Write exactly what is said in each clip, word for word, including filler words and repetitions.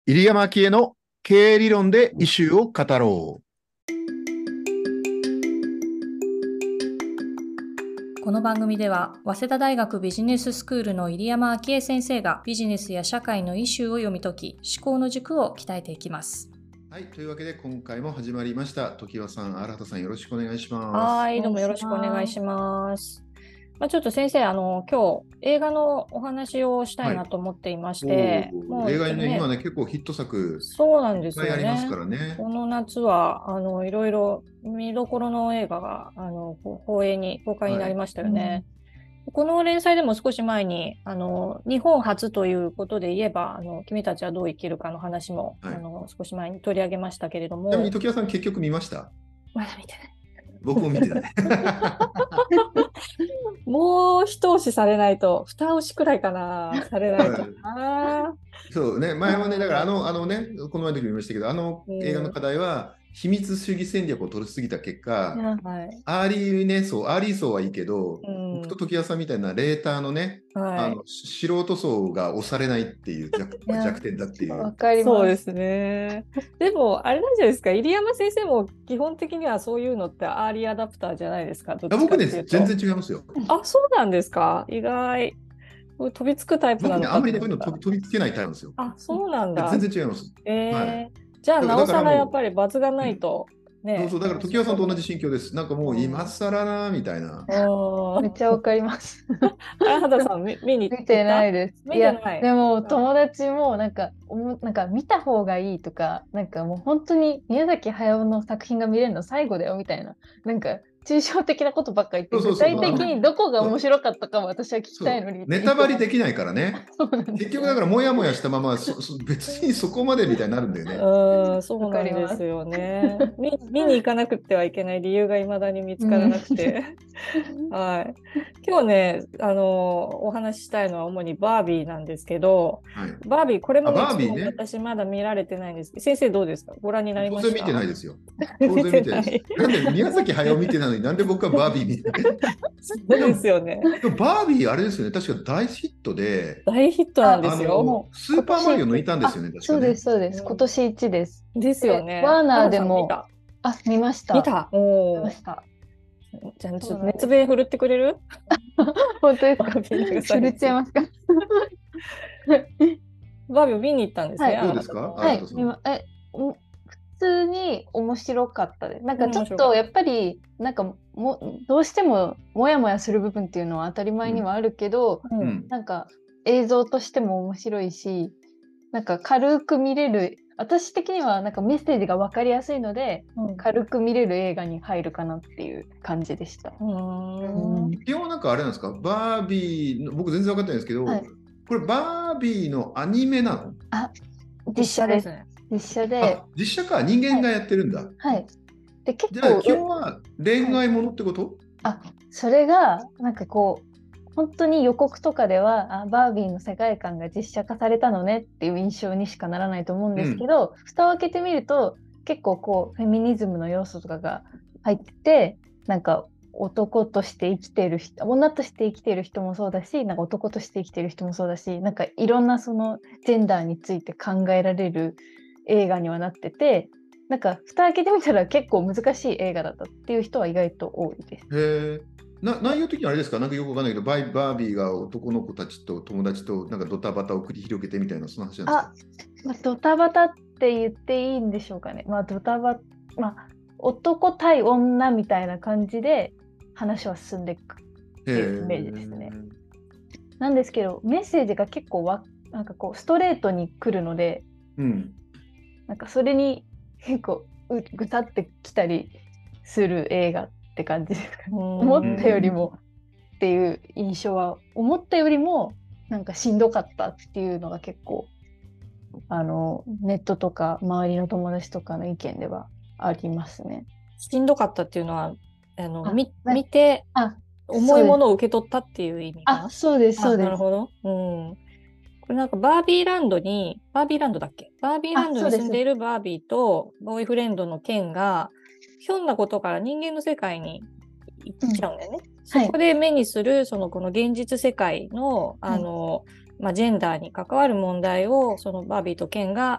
入山昭恵の経営理論でイシューを語ろこの番組では早稲田大学ビジネススクールの入山昭恵先生がビジネスや社会のイシューを読み解き、思考の軸を鍛えていきます。 う。はい、というわけで今回も始まりました。常盤さん、荒畑さん、よろしくお願いします。 はい、どうもよろしくお願いします。まあ、ちょっと先生、あの今日映画のお話をしたいなと思っていまして、 おーもう映画にね、 ね、 今ね、結構ヒット作そうなんいっですよぱいありますかね。 らね。 この夏はあのいろいろ見どころの映画があの放映に公開になりましたよね。この連載でも少し前にあの日本初ということで言えばあの君たちはどう生きるかの話も、 はいあの少し前に取り上げましたけれども、 ちなみに常盤さん、結局見ました？ まだ見てない。 僕も見てない。 もう一押しされないと、二押しくらいかな、されないとな。 そうね、前もね、だからあの、あのね、この前の時も言いましたけど、あのうん映画の課題は、秘密主義戦略を取りすぎた結果、 はい。 アーリーね、そう、アーリー層はいいけど、 うん僕と時矢さんみたいなレーターのね、 はい。 あのし素人層が押されないっていう弱、 いや弱点だっていう。 わかります。 そうですね。でも、あれなんじゃないですか、入山先生も基本的にはそういうのってアーリーアダプターじゃないですか、どっちかあ僕ね、 っていうと。 全然違いますよ。 あ、そうなんですか、意外。飛びつくタイプな僕ね、 のあんまりね、 かと思った。 こういうの飛び飛びつけないタイプなんですよ。 あ、そうなんだ。 全然違います。 えーはい。 じゃあ、 だなおさらやっだからもぱり罰がう、 なうんいと。ね。 そうそう、だから時矢さんと同じ心境です。なんかもう今更な、みたいな。 うん。 めっちゃわかります。 荒畑さん、見見に行った？ 見てないです。 見いや、 てない。 でも友達もなんか、おもなんか見た方がいいとか、なんかもう本当に宮崎駿の作品が見れるの最後だよみたいな、なんか抽象的なことばっかり言って、具そうそうそう。あんまり体的にどこが面白かったかも私は聞きそう。 たいのに。 ネタバレできないからね。 そうなんですよね。 結局だから、もやもやしたまま、そそ別にそこまでみたいになるんだよね。 うん、そうわなんかります。 ですよね。見、見に行かなくてはいけない理由が未だに見つからなくて。はい。今日ね、あの、お話ししたいのは主にバービーなんですけど、 はい。 バービー、これもあ、 もちろんバービーね。 私まだ見られてないんですけど、先生どうですか？ご覧になり当然見てました？ ないですよ。当然見てないです。 見てない。 なんで宮崎駿見てないのになんで僕はバービー見てない？ そうですよね。 でもバービーあれですよね。確か大ヒットで、 大ヒットなんであすよ。 の、 もうスーパーマリオ抜いたんですよね。 あ、そうで確かね。 す、そうです。 うん今年一です。 ですよね。 ワーナー原でも、 田さん見た？ あ、見ました。 見た。おー。 見ました。 じゃあ、ちょっとそうなんです。 熱弁振るってくれる？ 本当ですか？ バービーなんかそれっちゃいますか？ バービーを見に行ったんですね、 はい。 どうですか、 あなたさん。 はい。 荒畑さんは。 見ま、え、お普通に面白かったです。なんうん、 かちょ面白かった。 っとやっぱり、なんかも、どうしてもモヤモヤする部分っていうのは当たり前にはあるけど、 う。 うんん。 なんか映像としても面白いし、なんか軽く見れる、私的にはなんかメッセージが分かりやすいので、 うん。 軽く見れる映画に入るかなっていう感じでした。 うーん。 基本はなんかあれなんですか、バービーの、僕全然分かってないんですけど、 はい。 これバービーのアニメなの？ あ、実写です。 ね。 実写で、 あ、実写か、人間がやってるんだ。 はい。で、結じゃあ、 構、 基本は恋愛ものってこと？ あ、それが、なんかこう、本当に予告とかでは、あ、バービーの世界観が実写化されたのねっていう印象にしかならないと思うんですけど、蓋を開けてみると、結構こう、フェミニズムの要素とかが入ってて、なんか男として生きてる人、女として生きてる人もそうだし、なんか男として生きてる人もそうだし、なんかいろんなそのジェンダーについて考えられる映画にはなってて、なんか蓋開けてみたら結構難しい映画だったっていう人は意外と多いです。 へえ。な、内容的にはあれですか、なんかよくわかんないけど、バイ、バービーが男の子たちと友達となんかドタバタを繰り広げてみたいな、その話なんですか？ あ、まあ、ドタバタって言っていいんでしょうかね。まあ、ドタバタ、まあ、男対女みたいな感じで話は進んでいくっていうイメージですね。なんですけど、メッセージが結構わ、なんかこう、ストレートに来るので、 うん。 なんかそれに結構うぐさってきたりする映画って感じですかね。思ったよりもっていう印象は、思ったよりもなんかしんどかったっていうのが結構あのネットとか周りの友達とかの意見ではありますね。 しんどかったっていうのは、あのあみな見てあ重いものを受け取ったっていう意味かな。 あ、そうです、そうあ、 です。 なるほど。うん。これなんかバービーランドに、バービーランドだっけ？バービーランドに住んでいるバービーとボーイフレンドのケンがひょんなことから人間の世界に行っちゃうんだよね。うん、そこで目にするそのこの現実世界の、あの、はい、まあ、ジェンダーに関わる問題をそのバービーとケンが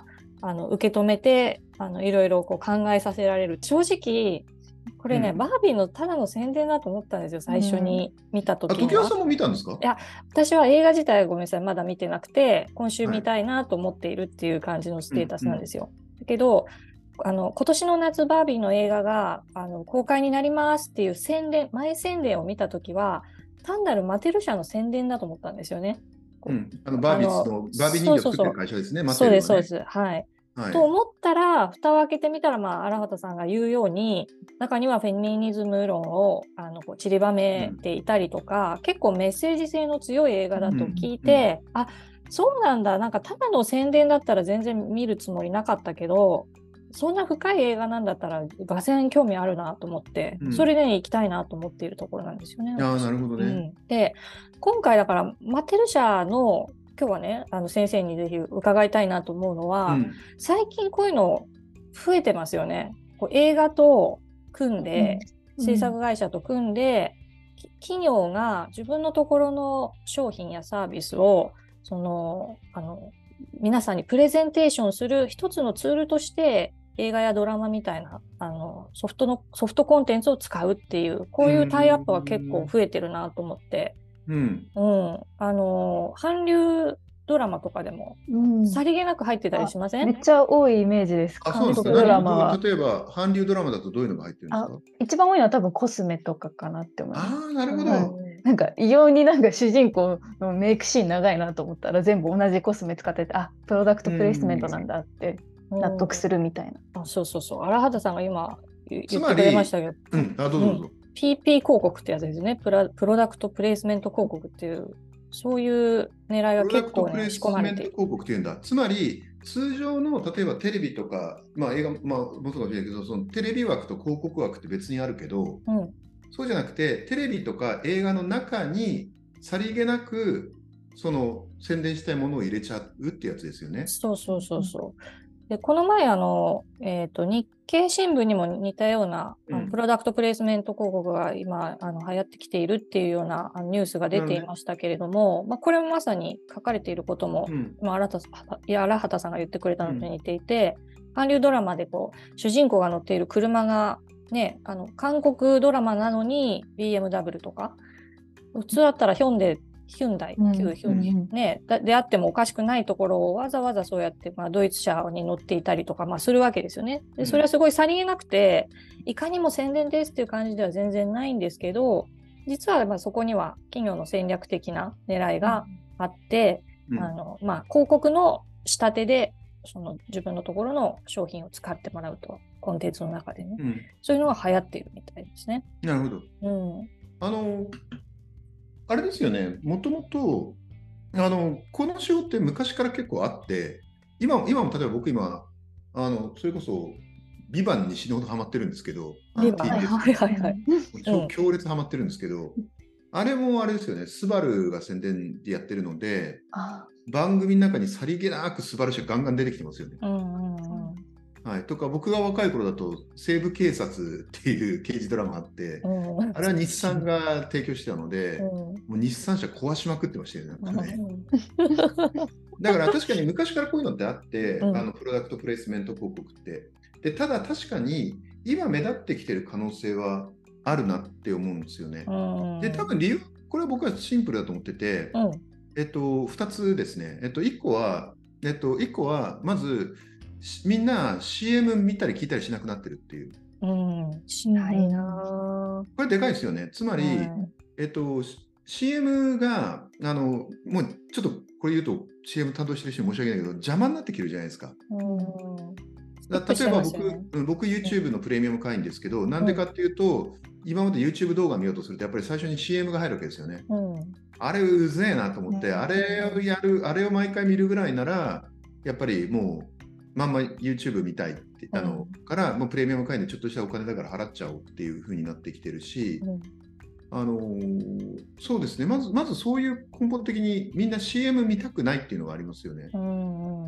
あの受け止めてあのいろいろこう考えさせられる。正直これね、 うん、 バービーのただの宣伝だと思ったんですよ、最初に見た時あ、 には。 常盤さんも見たんですか？ いや、私は映画自体はごめんなさい、まだ見てなくて、今週見たいなと思っているっていう感じのステータスなんですよ。うんうん、だけど、あの今年の夏バービーの映画があの公開になりますっていう宣伝、前宣伝を見た時は単なるマテル社の宣伝だと思ったんですよね。 うん、あのバービーズのバービー人形を作ってる会社ですね。 そうですそうです、はい、 はい、 と思ったら蓋を開けてみたら、まあ、荒畑さんが言うように中にはフェミニズム論をあのこう散りばめていたりとか、うん、結構メッセージ性の強い映画だと聞いて、うんうん、あ、そうなんだ、なんかただの宣伝だったら全然見るつもりなかったけどそんな深い映画なんだったら俄然興味あるなと思って、うん、それで、ね、行きたいなと思っているところなんですよね。 あ、なるほどね、 うん、で今回だからマテル社の今日はねあの先生にぜひ伺いたいなと思うのは、うん、最近こういうの増えてますよね。こう映画と組んで、うん、制作会社と組んで、うん、企業が自分のところの商品やサービスをそのあの皆さんにプレゼンテーションする一つのツールとして映画やドラマみたいなあのソフトのソフトコンテンツを使うっていうこういうタイアップは結構増えてるなと思って、うんうん、あの韓流ドラマとかでもさりげなく入ってたりしません？ めっちゃ多いイメージです。 あ、そうですか。 ドラマは例えば韓流ドラマだとどういうのが入ってるんですか？ 一番多いのは多分コスメとかかなって思います。 ああ、なるほど、 はい、なんか異様になんか主人公のメイクシーン長いなと思ったら全部同じコスメ使ってて、あ、プロダクトプレイスメントなんだって納得するみたいな。 あ、そうそうそう、荒畑さんが今言ってくれましたけど、 うん、あ、どうぞどうぞ、うん、 ピーピー 広告ってやつですね。プラ、プロダクトプレイスメント広告っていうそういう狙いが結構、ね、仕込まれている。 プロダクトプレイスメント広告っていうんだ。つまり通常の例えばテレビとか、まあ、映画、まあ、もそうかもしれないけど、そのテレビ枠と広告枠って別にあるけど、うん、そうじゃなくてテレビとか映画の中にさりげなくその宣伝したいものを入れちゃうってやつですよね。 そうそうそうそう。でこの前あの、えーと、日経新聞にも似たような、うん、プロダクトプレイスメント広告が今あの流行ってきているっていうようなニュースが出ていましたけれども、まあ、これもまさに書かれていることも、うんまあ、荒畑いや荒畑さんが言ってくれたのと似ていて、うん、韓流ドラマでこう主人公が乗っている車が、ね、あの韓国ドラマなのに ビーエムダブリュー とか普通だったらヒョンデヒュンダイ、旧ヒュン、うんね、であってもおかしくないところをわざわざそうやって、まあ、ドイツ車に乗っていたりとか、まあ、するわけですよね。でそれはすごいさりげなくて、うん、いかにも宣伝ですっていう感じでは全然ないんですけど、実はまあそこには企業の戦略的な狙いがあって、うんあのまあ、広告の仕立てでその自分のところの商品を使ってもらうと、コンテンツの中でね、うん、そういうのが流行っているみたいですね。 なるほど。うん、あのあれですよね、もともとあのこの仕事って昔から結構あって、今, 今も例えば僕今あのそれこそビバンに死ぬほどハマってるんですけど、 ビバン、はいはいはいはい、 超強烈ハマってるんですけど、うん、あれもあれですよね、スバルが宣伝でやってるので、番組の中にさりげなくスバル車ガンガン出てきてますよね。うんうんうんはい、とか僕が若い頃だと西部警察っていう刑事ドラマがあって、うん、あれは日産が提供してたので、うん、もう日産車壊しまくってましたよね。なんかねうん、だから確かに昔からこういうのってあって、うん、あのプロダクトプレイスメント広告ってで、ただ確かに今目立ってきてる可能性はあるなって思うんですよね。うん、で多分理由これは僕はシンプルだと思ってて、うん、えっとふたつですね。えっといっこはえっといっこはまずみんな シーエム 見たり聞いたりしなくなってるっていう。 うん、しないな。 これでかいですよね。つまり、はい、えっと、シーエム があのもうちょっとこれ言うと シーエム 担当してる人に申し訳ないけど邪魔になってきてるじゃないですか。うんだ例えば僕、ね、僕 YouTube のプレミアム会員ですけど、な、うんでかっていうと今まで YouTube 動画見ようとするとやっぱり最初に シーエム が入るわけですよね。うん、あれうぜえなと思って、うん、あれをやるあれを毎回見るぐらいならやっぱりもうまんま YouTube 見たいってあの、うん、からもうプレミアム会員でちょっとしたお金だから払っちゃおうっていう風になってきてるし、うん、あのー、そうですねまずまずそういう根本的にみんな シーエム 見たくないっていうのがありますよね。うん、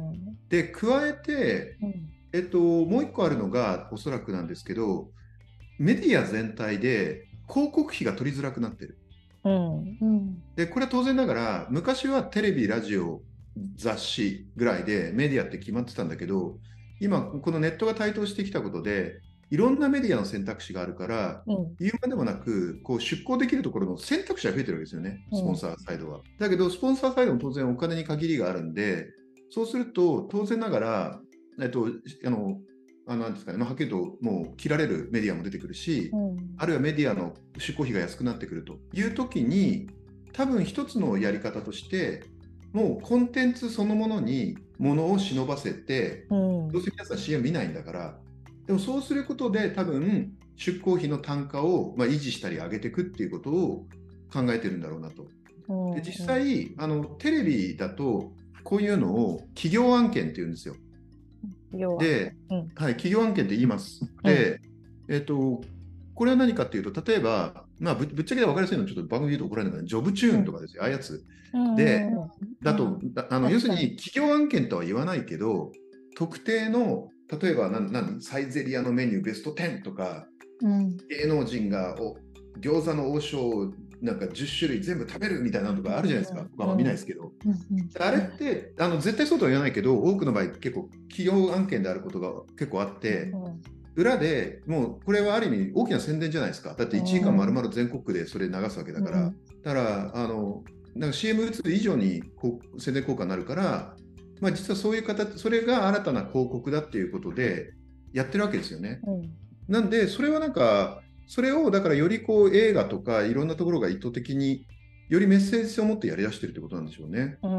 で加えて、うんえっと、もう一個あるのがおそらくなんですけど、メディア全体で広告費が取りづらくなってる。うん、でこれは当然ながら昔はテレビラジオ雑誌ぐらいでメディアって決まってたんだけど、今このネットが台頭してきたことでいろんなメディアの選択肢があるから、うん、言うまでもなくこう出向できるところの選択肢が増えてるわけですよね、スポンサーサイドは、うん、だけどスポンサーサイドも当然お金に限りがあるんで、そうすると当然ながら、えっと、あのあのなんですかね、まあ、はっきりともう切られるメディアも出てくるし、うん、あるいはメディアの出向費が安くなってくるという時に、多分一つのやり方としてもうコンテンツそのものにものを忍ばせて、うん、どうせ皆さん シーエム 見ないんだから、でもそうすることで多分出向費の単価をまあ維持したり上げていくっていうことを考えてるんだろうなと。うん、で実際あのテレビだとこういうのを企業案件って言うんですよ。で、うん、はい、企業案件って言います。で、うん、えっとこれは何かっていうと、例えば、まあ、ぶ, ぶっちゃけで分かりやすいのはちょっと番組で言うと怒られるのがジョブチューンとかですよ、うん、ああいうやつ。で、だと、あの要するに企業案件とは言わないけど、特定の例えば何何サイゼリアのメニューベストじゅうとか、うん、芸能人がお餃子の王将をなんかじゅっしゅるい全部食べるみたいなのとかあるじゃないですか、うん、まあ見ないですけど、うん、あれってあの絶対そうとは言わないけど、多くの場合結構企業案件であることが結構あって、うん、裏でもうこれはある意味大きな宣伝じゃないですか。だっていちじかん丸々全国区でそれ流すわけだから、うん、だからあのなんか シーエム 打つ以上にこう宣伝効果になるから、まあ、実はそういう形、それが新たな広告だっていうことでやってるわけですよね。うん、なんでそれはなんかそれをだからよりこう映画とかいろんなところが意図的によりメッセージ性を持ってやり出してるってことなんでしょうね。 うん、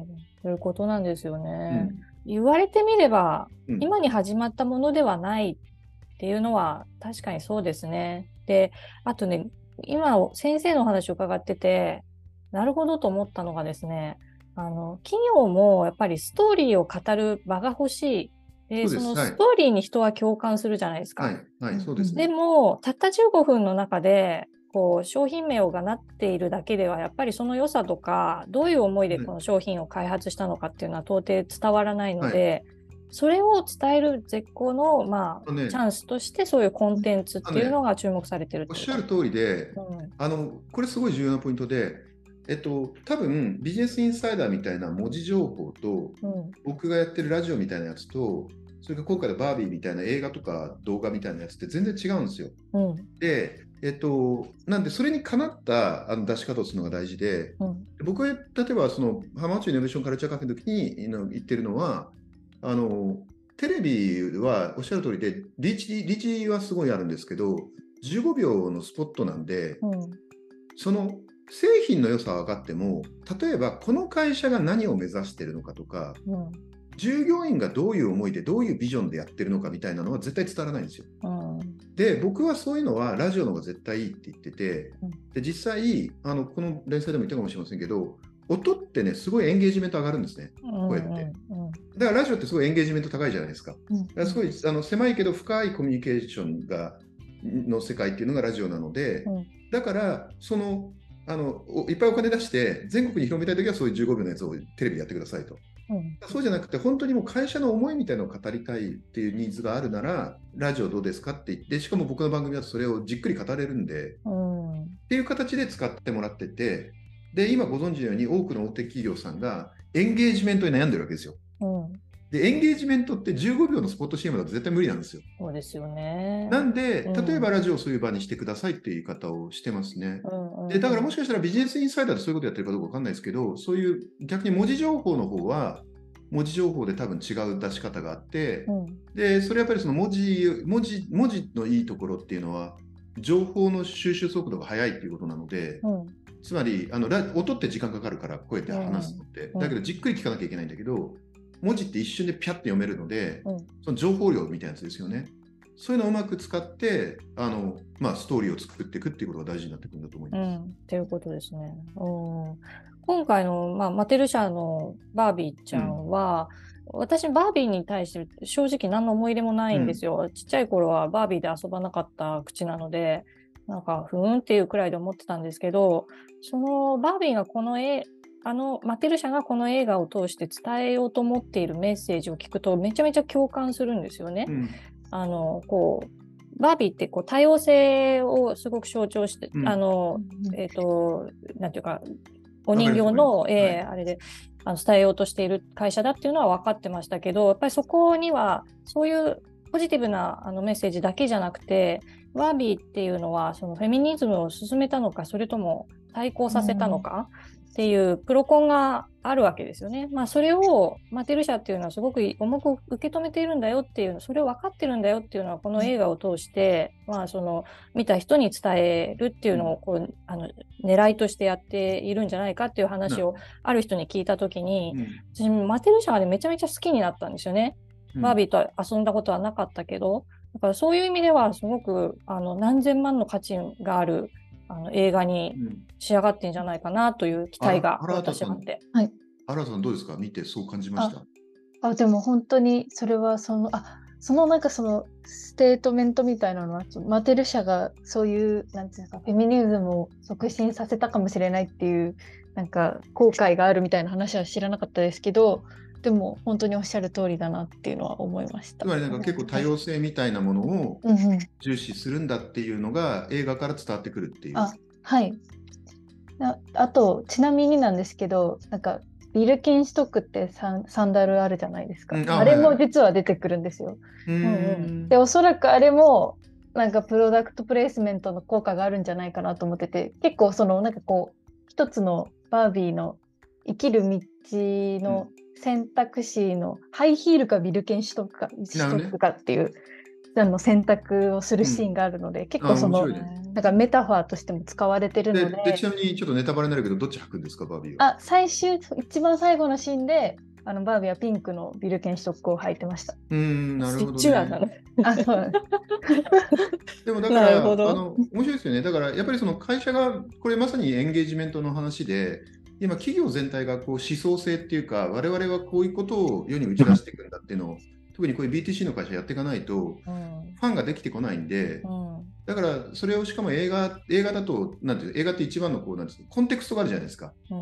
そういうことなんですよね。うん、言われてみれば、うん、今に始まったものではないっていうのは確かにそうですね。で、あとね、今先生のお話を伺っててなるほどと思ったのがですね、あの企業もやっぱりストーリーを語る場が欲しい。で、そのストーリーに人は共感するじゃないですか。 はいはい、そうですね。 でもたったじゅうごふんの中でこう商品名をがなっているだけではやっぱりその良さとかどういう思いでこの商品を開発したのかっていうのは到底伝わらないので、はい、それを伝える絶好の、まあね、チャンスとしてそういうコンテンツっていうのが注目されてるってこと、 ね、おっしゃる通りで、うん、あのこれすごい重要なポイントで、えっと、多分ビジネスインサイダーみたいな文字情報と、うん、僕がやってるラジオみたいなやつと、それから今回のバービーみたいな映画とか動画みたいなやつって全然違うんですよ。うん、で、えっと、なんでそれにかなったあの出し方をするのが大事で、うん、僕は例えばその浜松イノベーションカルチャーカフェの時に言ってるのは、あのテレビはおっしゃる通りでリーチ、リーチはすごいあるんですけど、じゅうごびょうのスポットなんで、うん、その製品の良さは分かっても、例えばこの会社が何を目指してるのかとか、うん、従業員がどういう思いでどういうビジョンでやってるのかみたいなのは絶対伝わらないんですよ。うん、で、僕はそういうのはラジオの方が絶対いいって言ってて、うん、で実際あのこの連載でも言ったかもしれませんけど、音ってねすごいエンゲージメント上がるんですね、声って、うんうんうん、だからラジオってすごいエンゲージメント高いじゃないですか。だからすごいあの狭いけど深いコミュニケーションがの世界っていうのがラジオなので、うん、だからそのあのいっぱいお金出して全国に広めたいときはそういうじゅうごびょうのやつをテレビでやってくださいと、うん、そうじゃなくて本当にもう会社の思いみたいなのを語りたいっていうニーズがあるならラジオどうですかって言って、しかも僕の番組だとそれをじっくり語れるんで、うん、っていう形で使ってもらってて、で今ご存知のように多くの大手企業さんがエンゲージメントに悩んでるわけですよ。うん、でエンゲージメントってじゅうごびょうのスポット シーエム だと絶対無理なんですよ。 そうですよね。 なんで例えばラジオをそういう場にしてくださいっていう言い方をしてますね。うん、でだからもしかしたらビジネスインサイダーでそういうことやってるかどうか分かんないですけど、そういう逆に文字情報の方は文字情報で多分違う出し方があって、うん、でそれやっぱりその文字文字文字のいいところっていうのは情報の収集速度が速いっていうことなので、うん、つまりあの音って時間かかるから声で話すのって、うん、だけどじっくり聞かなきゃいけないんだけど、文字って一瞬でピャッて読めるので、うん、その情報量みたいなやつですよね。そういうのをうまく使ってあの、まあ、ストーリーを作っていくっていうことが大事になってくるんだと思います。うん、 っていうことですね。うん、今回の、まあ、マテル社のバービーちゃんは、うん、私バービーに対して正直何の思い入れもないんですよ。うん、ちっちゃい頃はバービーで遊ばなかった口なので、なんかふーんっていうくらいで思ってたんですけど、そのバービーがこの絵あのマテル社がこの映画を通して伝えようと思っているメッセージを聞くとめちゃめちゃ共感するんですよね。うん、あのこうバービーってこう多様性をすごく象徴して、うん、あのえっとなんていうかお人形の、えーはい、 あれであの伝えようとしている会社だっていうのは分かってましたけど、やっぱりそこにはそういうポジティブなあのメッセージだけじゃなくて、バービーっていうのはそのフェミニズムを進めたのか、それとも対抗させたのかっていうプロコンがあるわけですよね。まあ、それをマテル社っていうのはすごく重く受け止めているんだよっていう、それを分かってるんだよっていうのはこの映画を通して、まあ、その見た人に伝えるっていうのをこうあの狙いとしてやっているんじゃないかっていう話をある人に聞いたときに、うん、私マテル社がねめちゃめちゃ好きになったんですよね。うん、バービーと遊んだことはなかったけど、だからそういう意味ではすごくあの何千万の価値があるあの映画に仕上がってんじゃないかなという期待が私はあって。 はい。新田さんどうですか？見てそう感じました？ ああ、でも本当にそれはそのあそのなんかそのステートメントみたいなのはマテル社がそういうなんていうんですか、フェミニズムを促進させたかもしれないっていうなんか後悔があるみたいな話は知らなかったですけど、でも本当におっしゃる通りだなっていうのは思いました。 つまりなんか結構多様性みたいなものを重視するんだっていうのが映画から伝わってくるっていう。 あ、はい。あ, あとちなみになんですけど、なんかビルケンシュトックってサ ン, サンダルあるじゃないですか、うん、あ, あれも実は出てくるんですよ。うんうん、でおそらくあれもなんかプロダクトプレイスメントの効果があるんじゃないかなと思ってて、結構そのなんかこう一つのバービーの生きる道の選択肢のハイヒールかビルケンシュトックか、シュトックかっていうの選択をするシーンがあるので、うん、結構その、ね、なんかメタファーとしても使われてるの で, で, でちなみにちょっとネタバレになるけどどっち履くんですかバービーは？ あ、最終一番最後のシーンであのバービーはピンクのビルケンシュトックを履いてました。 うーん、なるほど、ね、 そっちなんだね。 あ、そうでもだからあの面白いですよね。だからやっぱりその会社がこれまさにエンゲージメントの話で、今企業全体がこう思想性っていうか我々はこういうことを世に打ち出していくんだっていうのを特にこういう ビーティーシー の会社やっていかないと、うん、ファンができてこないんで、うん、だからそれをしかも映画映画だとなんていう映画って一番のこうなんていうコンテクストがあるじゃないですか、うん、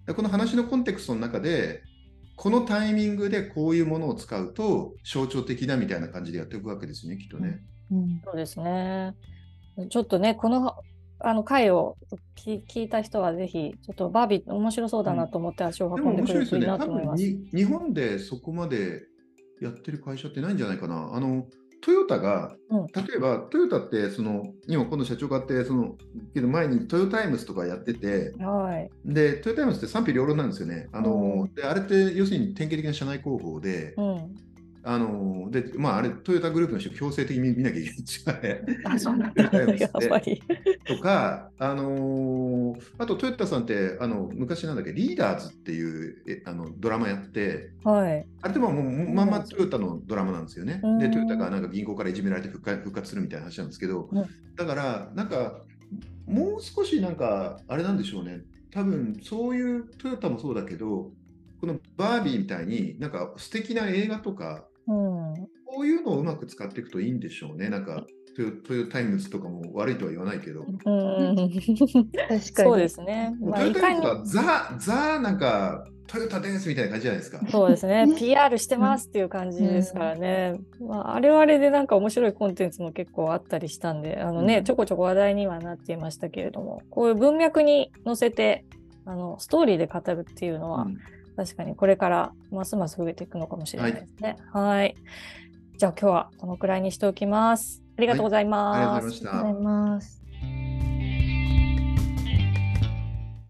この話のコンテクストの中でこのタイミングでこういうものを使うと象徴的だみたいな感じでやっていくわけですねきっとね、 うんうん、そうですね。ちょっとねこのあの回を聞いた人はぜひちょっとバービー面白そうだなと思って足を運んでくれるといいなと思います。 でも面白いですよね。多分に日本でそこまでやってる会社ってないんじゃないかな。あのトヨタが、うん、例えばトヨタってその今今度社長があってそのけど前にトヨタイムズとかやってて、はい、でトヨタイムズって賛否両論なんですよね。あの、うん、であれって要するに典型的な社内広報で、うん、あのでまああれトヨタグループの人強制的に見なきゃいけないんですよね。 あ、そうなんだ。やっぱりとか、あのー、あとトヨタさんってあの昔なんだっけリーダーズっていうえあのドラマやって、はい、あれでももうまんまトヨタのドラマなんですよね。でトヨタがなんか銀行からいじめられて復活、復活するみたいな話なんですけど、うん、だからなんかもう少しなんかあれなんでしょうね。多分そういうトヨタもそうだけどこのバービーみたいになんか素敵な映画とか、うん、こういうのをうまく使っていくといいんでしょうね。なんかトヨ、トヨタイムズとかも悪いとは言わないけど。うん、 確かにそうですね。 トヨタイムズはザ、ザなんかトヨタですみたいな感じじゃないですか。 そうですね。ピーアール してますっていう感じですからね。うんまあ、あれはあれでなんか面白いコンテンツも結構あったりしたんで、あのね、うん、ちょこちょこ話題にはなっていましたけれども、こういう文脈に載せてあのストーリーで語るっていうのは、うん確かにこれからますます増えていくのかもしれないですね。はい。はいじゃあ今日はこのくらいにしておきます。ありがとうございます。 はい、ありがとうございました。 ありがとうございます。